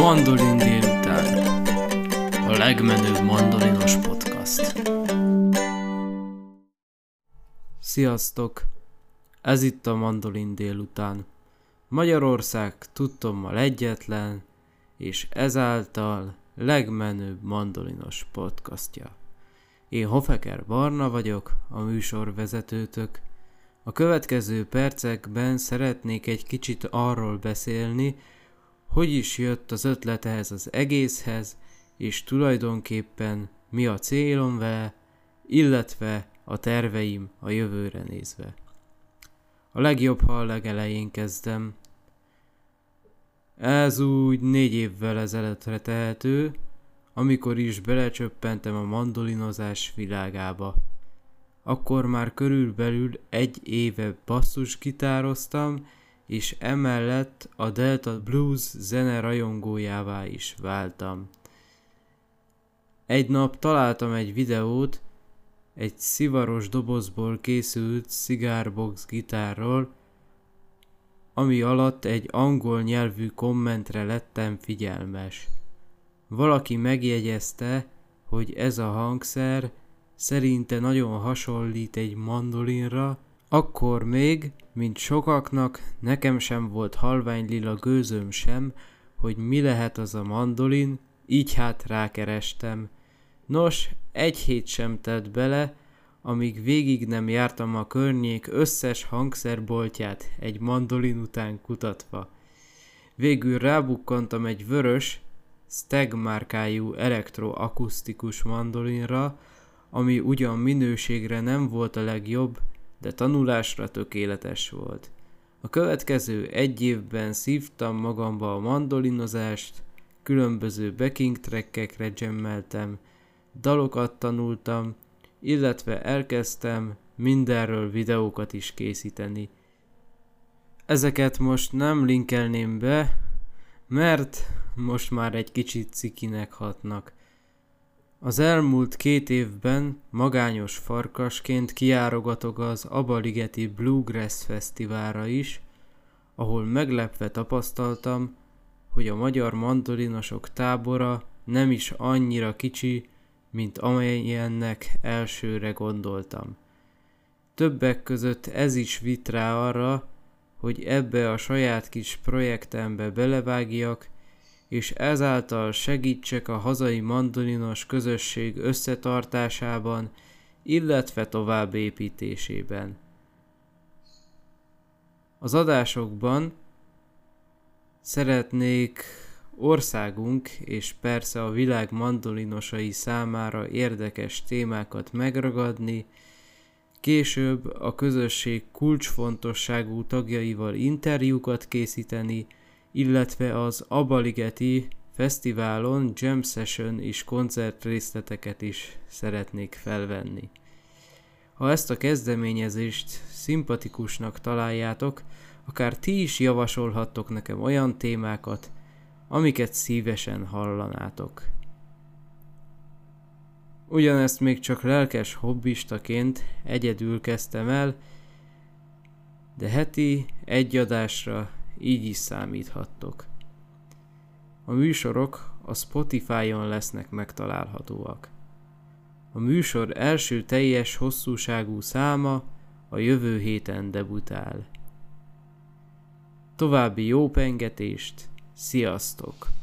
Mandolin délután. A legmenőbb mandolinos podcast. Sziasztok! Ez itt a Mandolin délután. Magyarország tudtommal egyetlen, és ezáltal legmenőbb mandolinos podcastja. Én Hofeker Barna vagyok, a műsorvezetőtök. A következő percekben szeretnék egy kicsit arról beszélni, hogy is jött az ötlet ehhez az egészhez, és tulajdonképpen mi a célom vele, illetve a terveim a jövőre nézve. A legjobb, ha a legelején kezdem. Ez úgy 4 évvel ezelőttre tehető, amikor is belecsöppentem a mandolinozás világába. Akkor már körülbelül 1 éve basszusgitároztam, és emellett a Delta Blues zene rajongójává is váltam. Egy nap találtam egy videót egy szivaros dobozból készült Cigarbox gitárról, ami alatt egy angol nyelvű kommentre lettem figyelmes. Valaki megjegyezte, hogy ez a hangszer szerinte nagyon hasonlít egy mandolinra. Akkor még, mint sokaknak, nekem sem volt halványlila gőzöm sem, hogy mi lehet az a mandolin, így hát rákerestem. Nos, 1 hét sem telt bele, amíg végig nem jártam a környék összes hangszerboltját egy mandolin után kutatva. Végül rábukkantam egy vörös, Steg márkájú elektroakusztikus mandolinra, ami ugyan minőségre nem volt a legjobb, de tanulásra tökéletes volt. A következő 1 évben szívtam magamba a mandolinozást, különböző backing trackekre jammeltem, dalokat tanultam, illetve elkezdtem mindenről videókat is készíteni. Ezeket most nem linkelném be, mert most már egy kicsit cikinek hatnak. Az elmúlt 2 évben magányos farkasként kijárogatok az Abaligeti Bluegrass Fesztiválra is, ahol meglepve tapasztaltam, hogy a magyar mandolinosok tábora nem is annyira kicsi, mint amelyennek elsőre gondoltam. Többek között ez is vitt rá arra, hogy ebbe a saját kis projektembe belevágjak, és ezáltal segítsek a hazai mandolinos közösség összetartásában, illetve továbbépítésében. Az adásokban szeretnék országunk és persze a világ mandolinosai számára érdekes témákat megragadni, később a közösség kulcsfontosságú tagjaival interjúkat készíteni, illetve az Abaligeti Fesztiválon jam session és koncertrészleteket is szeretnék felvenni. Ha ezt a kezdeményezést szimpatikusnak találjátok, akár ti is javasolhattok nekem olyan témákat, amiket szívesen hallanátok. Ugyanezt még csak lelkes hobbistaként egyedül kezdtem el, de heti 1 adásra így is számíthattok. A műsorok a Spotify-on lesznek megtalálhatóak. A műsor első teljes hosszúságú száma a jövő héten debutál. További jó pengetést, sziasztok!